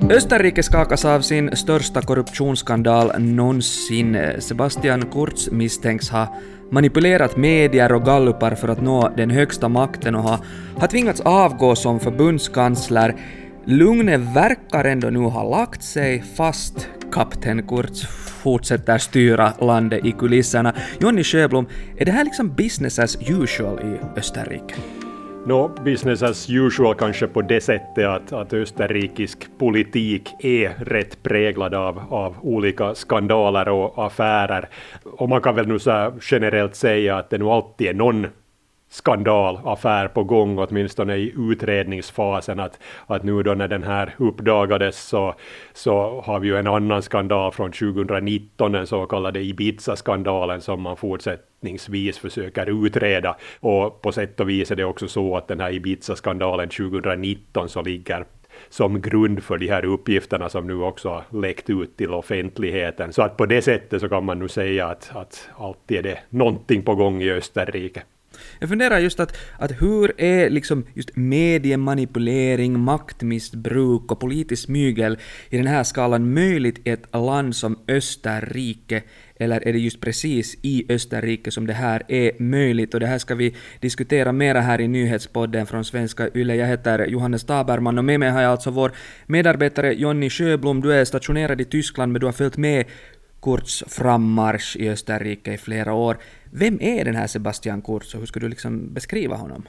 Österrike skakas av sin största korruptionsskandal någonsin. Sebastian Kurz misstänks ha manipulerat medier och gallupar för att nå den högsta makten och har tvingats avgå som förbundskansler. Lugnet verkar ändå nu ha lagt sig fast kapten Kurz fortsätter styra landet i kulisserna. Jonny Sjöblom, är det här liksom business as usual i Österrike? Business as usual kanske på det sättet att österrikisk politik är rätt präglad av olika skandaler och affärer. Och man kan väl nu så generellt säga att det nu alltid är någon skandalaffär på gång, åtminstone i utredningsfasen, att nu då när den här uppdagades så har vi ju en annan skandal från 2019, den så kallade Ibiza-skandalen som man fortsättningsvis försöker utreda, och på sätt och vis är det också så att den här Ibiza-skandalen 2019 så ligger som grund för de här uppgifterna som nu också har läckt ut till offentligheten. Så att på det sättet så kan man nu säga att alltid är det någonting på gång i Österrike. Jag funderar just att hur är liksom just mediemanipulering, maktmissbruk och politisk mygel i den här skalan möjligt i ett land som Österrike, eller är det just precis i Österrike som det här är möjligt? Och det här ska vi diskutera mera här i nyhetspodden från Svenska Yle. Jag heter Johannes Taberman och med mig har jag alltså vår medarbetare Jonny Sjöblom. Du är stationerad i Tyskland men du har följt med Kurz frammarsch i Österrike i flera år. Vem är den här Sebastian Kurz och hur ska du liksom beskriva honom?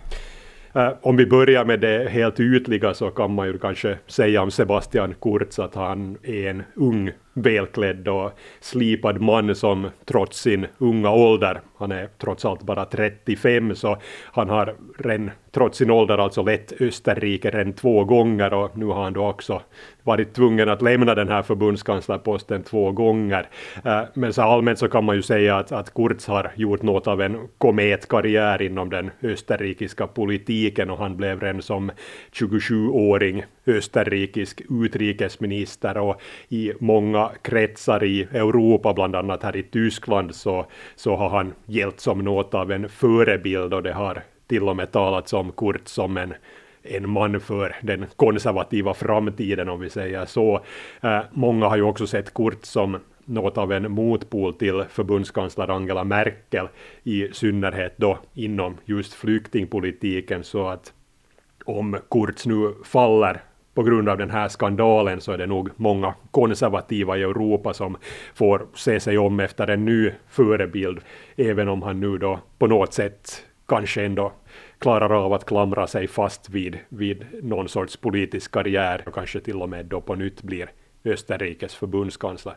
Om vi börjar med det helt ytliga så kan man ju kanske säga om Sebastian Kurz att han är en ung, välklädd och slipad man som trots sin unga ålder, han är trots allt bara 35, så han har trots sin ålder alltså lett Österrike redan 2 gånger, och nu har han då också varit tvungen att lämna den här förbundskanslerposten 2 gånger. Men så allmänt så kan man ju säga att Kurz har gjort något av en kometkarriär inom den österrikiska politiken, och han blev redan som 27-åring österrikisk utrikesminister, och i många kretsar i Europa, bland annat här i Tyskland, så har han gällt som något av en förebild, och det har till och med talats om Kurz som en man för den konservativa framtiden, om vi säger så. Många har ju också sett Kurz som något av en motpol till förbundskansler Angela Merkel, i synnerhet då inom just flyktingpolitiken, så att om Kurz nu faller på grund av den här skandalen så är det nog många konservativa i Europa som får se sig om efter en ny förebild, även om han nu då på något sätt kanske ändå klarar av att klamra sig fast vid någon sorts politisk karriär och kanske till och med då på nytt blir Österrikes förbundskansler.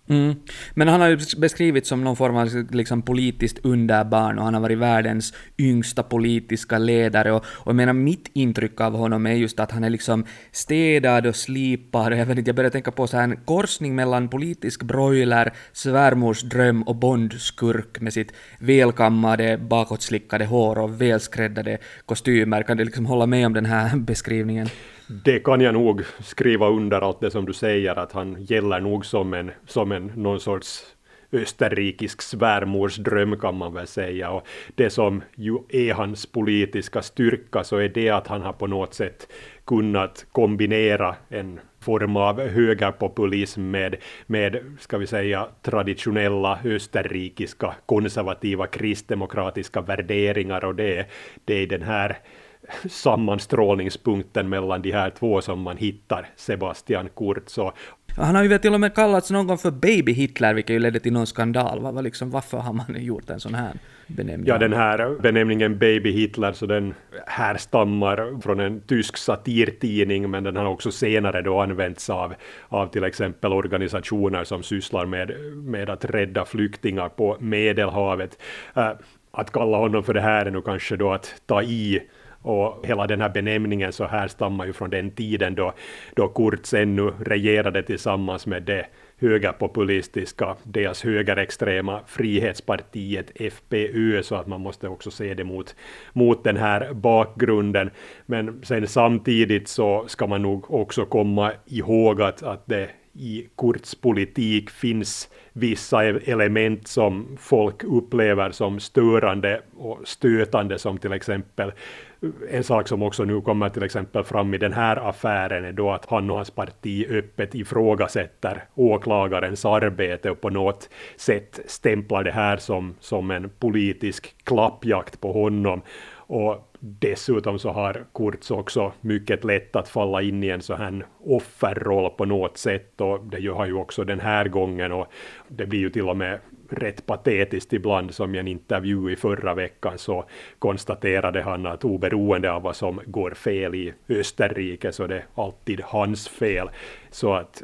Men han har ju beskrivits som någon form av liksom politiskt underbarn, och han har varit världens yngsta politiska ledare, och jag menar, mitt intryck av honom är just att han är liksom städad och slipad. Jag börjar tänka på så här en korsning mellan politisk broiler, svärmors dröm och bondskurk med sitt välkammade, bakåtslickade hår och välskräddade kostymer. Kan du liksom hålla med om den här beskrivningen? Det kan jag nog skriva under, allt det som du säger, att han gäller nog som en någon sorts österrikisk svärmors dröm, kan man väl säga. Och det som ju är hans politiska styrka, så är det att han har på något sätt kunnat kombinera en form av högerpopulism med ska vi säga traditionella österrikiska konservativa kristdemokratiska värderingar, och det är den här sammanstrålningspunkten mellan de här två som man hittar Sebastian Kurz. Han har ju till och med kallats någon gång för Baby Hitler, vilket ju ledde till någon skandal. Varför har man gjort en sån här benämning? Ja, den här benämningen Baby Hitler, så den härstammar från en tysk satirtidning, men den har också senare då använts av till exempel organisationer som sysslar med att rädda flyktingar på Medelhavet. Att kalla honom för det här är nog kanske då att ta i, och hela den här benämningen så här stammar ju från den tiden då Kurz ännu regerade tillsammans med det högerpopulistiska, deras högerextrema Frihetspartiet FPÖ, så att man måste också se det mot den här bakgrunden. Men sen samtidigt så ska man nog också komma ihåg att det i Kurz politik finns vissa element som folk upplever som störande och stötande, som till exempel en sak som också nu kommer till exempel fram i den här affären är då att han och hans parti öppet ifrågasätter åklagarens arbete och på något sätt stämplar det här som en politisk klappjakt på honom. Och dessutom så har Kurz också mycket lätt att falla in i en så här offerroll på något sätt, och det har ju också den här gången, och det blir ju till och med rätt patetiskt ibland, som i en intervju i förra veckan så konstaterade han att oberoende av vad som går fel i Österrike så det är alltid hans fel. Så att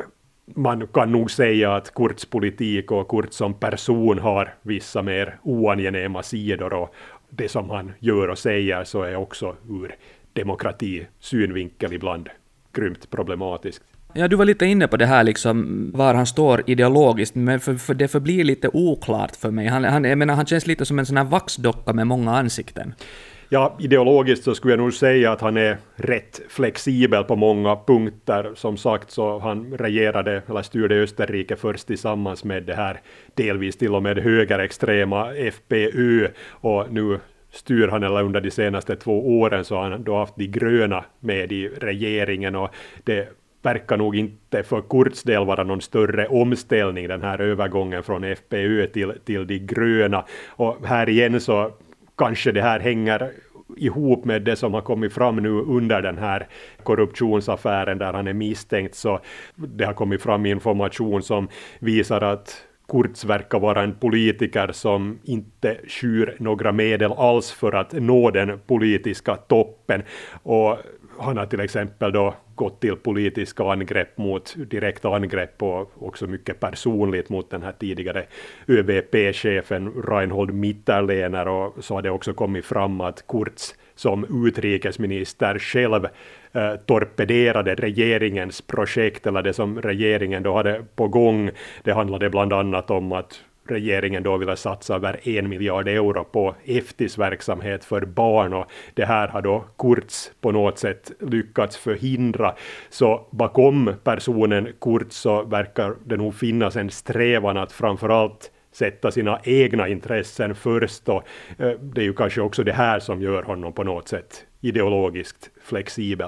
man kan nog säga att Kurz politik och Kurz som person har vissa mer oangenäma sidor, och det som han gör och säger så är också ur demokratisynvinkel ibland grymt problematiskt. Ja, du var lite inne på det här liksom, var han står ideologiskt, men för det förblir lite oklart för mig. Han känns lite som en sån här vaxdocka med många ansikten. Ja, ideologiskt så skulle jag nog säga att han är rätt flexibel på många punkter. Som sagt så han styrde Österrike först tillsammans med det här delvis till och med högerextrema FPÖ, och nu styr han, eller under de senaste 2 åren så har han då haft de gröna med i regeringen, och det verkar nog inte för Kurz del vara någon större omställning, den här övergången från FPÖ till de gröna. Och här igen så kanske det här hänger ihop med det som har kommit fram nu under den här korruptionsaffären där han är misstänkt. Så det har kommit fram information som visar att Kurz verkar vara en politiker som inte skyr några medel alls för att nå den politiska toppen, och han har till exempel då gått till politiska angrepp direkta angrepp och också mycket personligt mot den här tidigare ÖVP-chefen Reinhold Mitterlehner, och så har det också kommit fram att Kurz som utrikesminister själv torpederade regeringens projekt, eller det som regeringen då hade på gång. Det handlade bland annat om att regeringen då ville satsa över 1 miljard euro på EFTIS-verksamhet för barn, och det här har då Kurz på något sätt lyckats förhindra. Så bakom personen Kurz så verkar det nog finnas en strävan att framförallt sätta sina egna intressen först, och det är ju kanske också det här som gör honom på något sätt ideologiskt flexibel.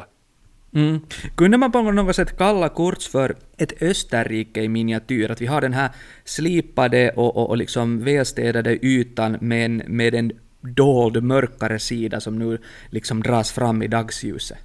Kunde man på något sätt kalla Kurz för ett Österrike i miniatyr? Att vi har den här slipade och liksom välstädade ytan med en dold mörkare sida som nu liksom dras fram i dagsljuset.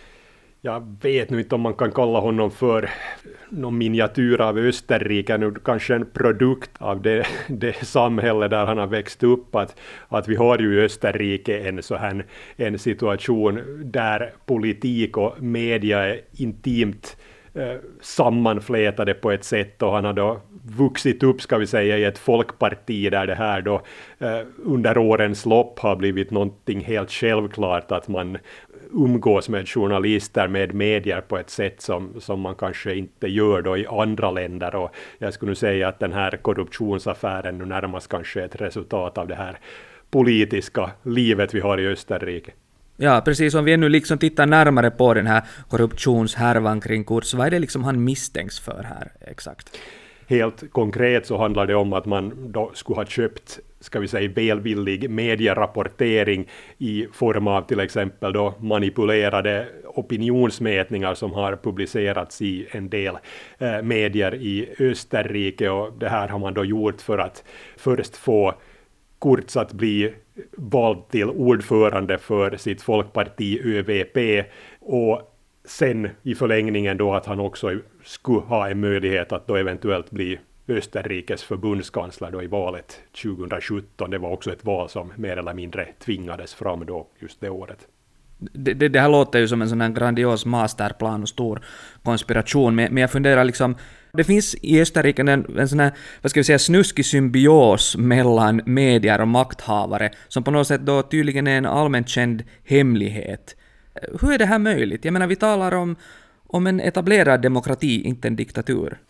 Jag vet nu inte om man kan kalla honom för någon miniatyr av Österrike, nu kanske en produkt av det samhälle där han har växt upp, att vi har ju i Österrike en situation där politik och media är intimt sammanflätade på ett sätt, och han har då vuxit upp, ska vi säga, i ett folkparti där det här då under årens lopp har blivit någonting helt självklart, att man umgås med journalister, med medier på ett sätt som man kanske inte gör då i andra länder, och jag skulle säga att den här korruptionsaffären nu närmast kanske är ett resultat av det här politiska livet vi har i Österrike. Ja, precis. Om vi ännu liksom tittar närmare på den här korruptionshärvan kring Kurz, vad är det liksom han misstänks för här exakt? Helt konkret så handlar det om att man då skulle ha köpt, ska vi säga, välvillig medierapportering i form av till exempel då manipulerade opinionsmätningar som har publicerats i en del medier i Österrike, och det här har man då gjort för att först få Kurz att bli vald till ordförande för sitt folkparti ÖVP, och sen i förlängningen då att han också skulle ha en möjlighet att då eventuellt bli Österrikes förbundskansler då i valet 2017. Det var också ett val som mer eller mindre tvingades fram då just det året. Det här låter ju som en sån här grandios masterplan och stor konspiration, men jag funderar liksom, det finns i Österrike en sån här, vad ska vi säga, snuskig symbios mellan medier och makthavare som på något sätt då tydligen är en allmänt känd hemlighet. Hur är det här möjligt? Jag menar, vi talar om en etablerad demokrati, inte en diktatur.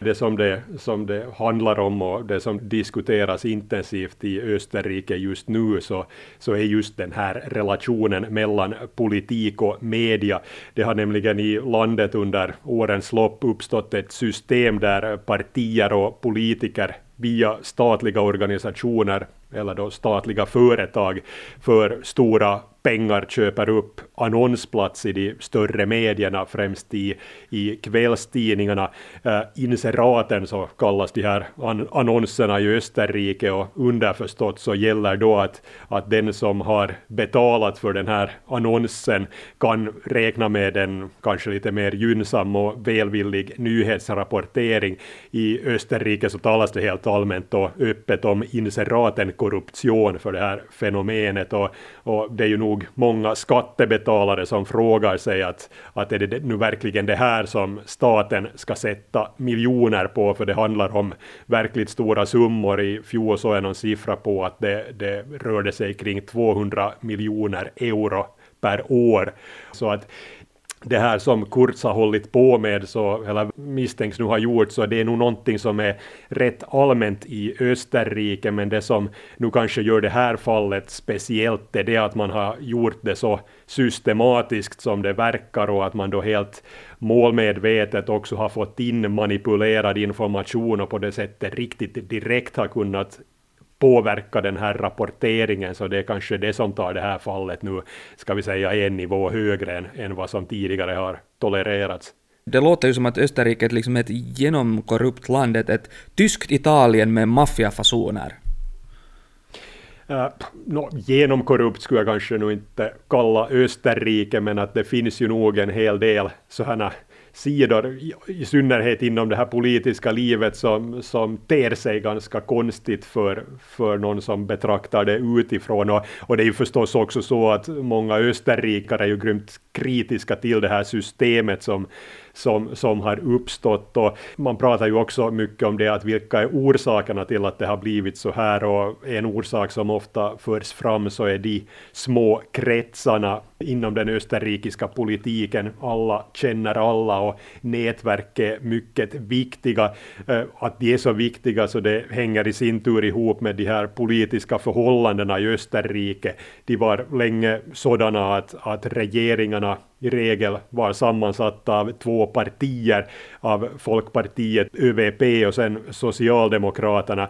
Det som det handlar om och det som diskuteras intensivt i Österrike just nu så är just den här relationen mellan politik och media. Det har nämligen i landet under årens lopp uppstått ett system där partier och politiker via statliga organisationer eller då statliga företag för stora pengar köper upp annonsplats i de större medierna, främst i kvällstidningarna. Inseraten så kallas de här annonserna i Österrike, och underförstått så gäller då att den som har betalat för den här annonsen kan räkna med en kanske lite mer gynnsam och välvillig nyhetsrapportering. I Österrike så talas det helt allmänt och öppet om inseratenkorruption för det här fenomenet, och det är ju nog många skattebetalare som frågar sig att är det nu verkligen det här som staten ska sätta miljoner på, för det handlar om verkligt stora summor. I fjol så är någon siffra på att det rörde sig kring 200 miljoner euro per år. Så att det här som Kurz har hållit på med, eller misstänks nu ha gjort, så det är nog någonting som är rätt allmänt i Österrike, men det som nu kanske gör det här fallet speciellt är det att man har gjort det så systematiskt som det verkar, och att man då helt målmedvetet också har fått in manipulerad information och på det sättet riktigt direkt har kunnat påverka den här rapporteringen. Så det är kanske det som tar det här fallet nu, ska vi säga, en nivå högre än vad som tidigare har tolererats. Det låter ju som att Österrike är liksom ett genomkorrupt land, ett tyskt Italien med maffiafasoner. Genomkorrupt skulle jag kanske nog inte kalla Österrike, men att det finns ju nog en hel del sådana sidor, i synnerhet inom det här politiska livet, som ter sig ganska konstigt för någon som betraktar det utifrån. Och det är ju förstås också så att många österrikare är ju grymt kritiska till det här systemet som har uppstått, och man pratar ju också mycket om det, att vilka är orsakerna till att det har blivit så här, och en orsak som ofta förs fram så är de små kretsarna inom den österrikiska politiken. Alla känner alla och nätverk är mycket viktiga. Att de är så viktiga så det hänger i sin tur ihop med de här politiska förhållandena i Österrike. De var länge sådana att regeringarna i regel var sammansatta av två partier, av Folkpartiet, ÖVP och sen Socialdemokraterna.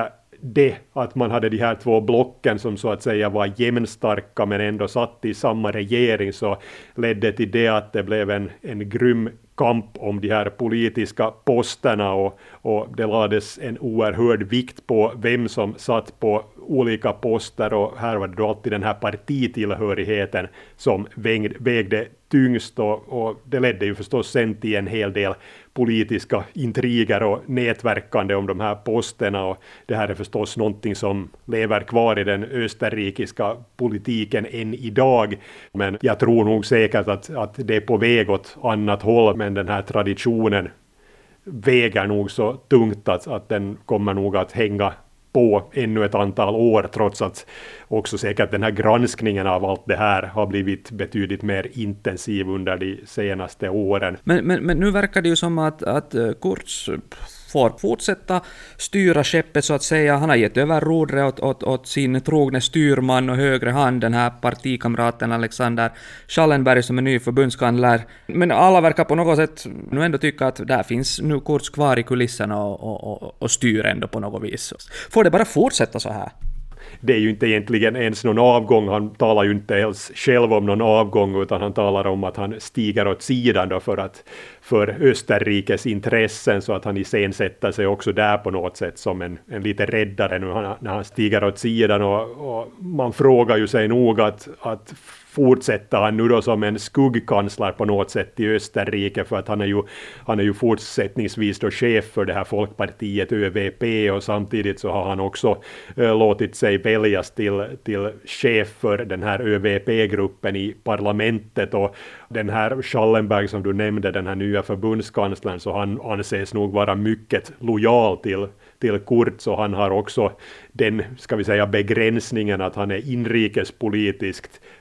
Det att man hade de här två blocken som så att säga var jämnstarka men ändå satt i samma regering, så ledde till det att det blev en grym kamp om de här politiska posterna, och det lades en oerhörd vikt på vem som satt på olika poster, och här var det då alltid den här partitillhörigheten som vägde tyngst, och det ledde ju förstås sen till en hel del politiska intriger och nätverkande om de här posterna, och det här är förstås någonting som lever kvar i den österrikiska politiken än idag, men jag tror nog säkert att det är på väg åt annat håll, men den här traditionen väger nog så tungt att den kommer nog att hänga på ännu ett antal år, trots att också säkert den här granskningen av allt det här har blivit betydligt mer intensiv under de senaste åren. Men nu verkar det ju som att Kurz får fortsätta styra skeppet så att säga. Han har gett över rodret åt sin trogne styrman och högre hand, den här partikamraten Alexander Schallenberg som är ny förbundskansler. Men alla verkar på något sätt nu ändå tycka att där finns nu Kurz kvar i kulisserna och styr ändå på något vis. Får det bara fortsätta så här? Det är ju inte egentligen ens någon avgång, han talar ju inte ens själv om någon avgång, utan han talar om att han stiger åt sidan då för Österrikes intressen, så att han iscensätter sig också där på något sätt som en lite räddare nu när han stiger åt sidan, och man frågar ju sig nog att fortsätter han nu då som en skuggkansler på något sätt i Österrike, för att han är ju fortsättningsvis då chef för det här Folkpartiet ÖVP, och samtidigt så har han också låtit sig väljas till chef för den här ÖVP-gruppen i parlamentet, och den här Schallenberg som du nämnde, den här nya förbundskanslern, så han anses nog vara mycket lojal till Kurz, och han har också den, ska vi säga, begränsningen att han är inrikespolitiskt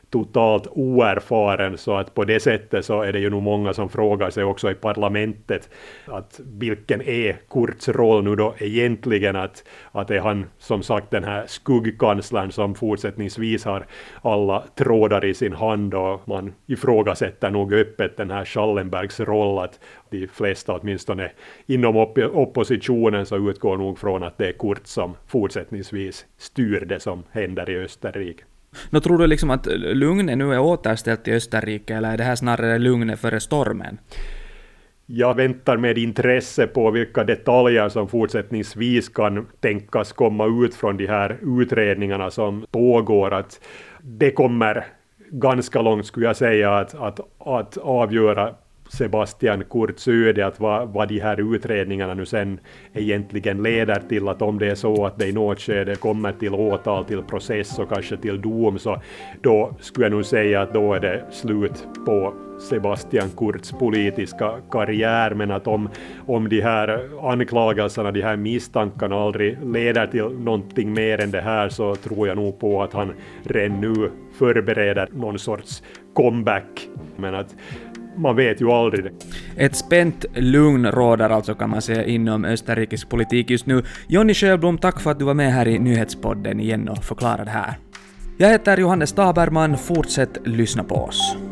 totalt oerfaren, så att på det sättet så är det ju nog många som frågar sig också i parlamentet att vilken är Kurz roll nu då egentligen, att är han som sagt den här skuggkanslern som fortsättningsvis har alla trådar i sin hand, och man ifrågasätter nog öppet den här Schallenbergs roll, att de flesta åtminstone inom oppositionen så utgår nog från att det är Kurz som fortsättningsvis styr det som händer i Österrike. Nå, tror du liksom att lugnet nu är återställt i Österrike, eller är det här snarare lugnet före stormen? Jag väntar med intresse på vilka detaljer som fortsättningsvis kan tänkas komma ut från de här utredningarna som pågår. Att det kommer ganska långt, skulle jag säga, att avgöra Sebastian Kurz öde, att vad de här utredningarna nu sen egentligen leder till, att om det är så att det i något skede kommer till åtal, till process och kanske till dom, så då skulle jag nog säga att då är det slut på Sebastian Kurz politiska karriär. Men att om de här anklagelserna, de här misstankarna aldrig leder till någonting mer än det här, så tror jag nog på att han redan nu förbereder någon sorts comeback. Men att man vet ju aldrig det. Ett spänt lugn råder alltså, kan man säga, inom österrikisk politik just nu. Jonny Sjöblom, tack för att du var med här i Nyhetspodden igen och förklarade det här. Jag heter Johannes Taberman, fortsätt lyssna på oss.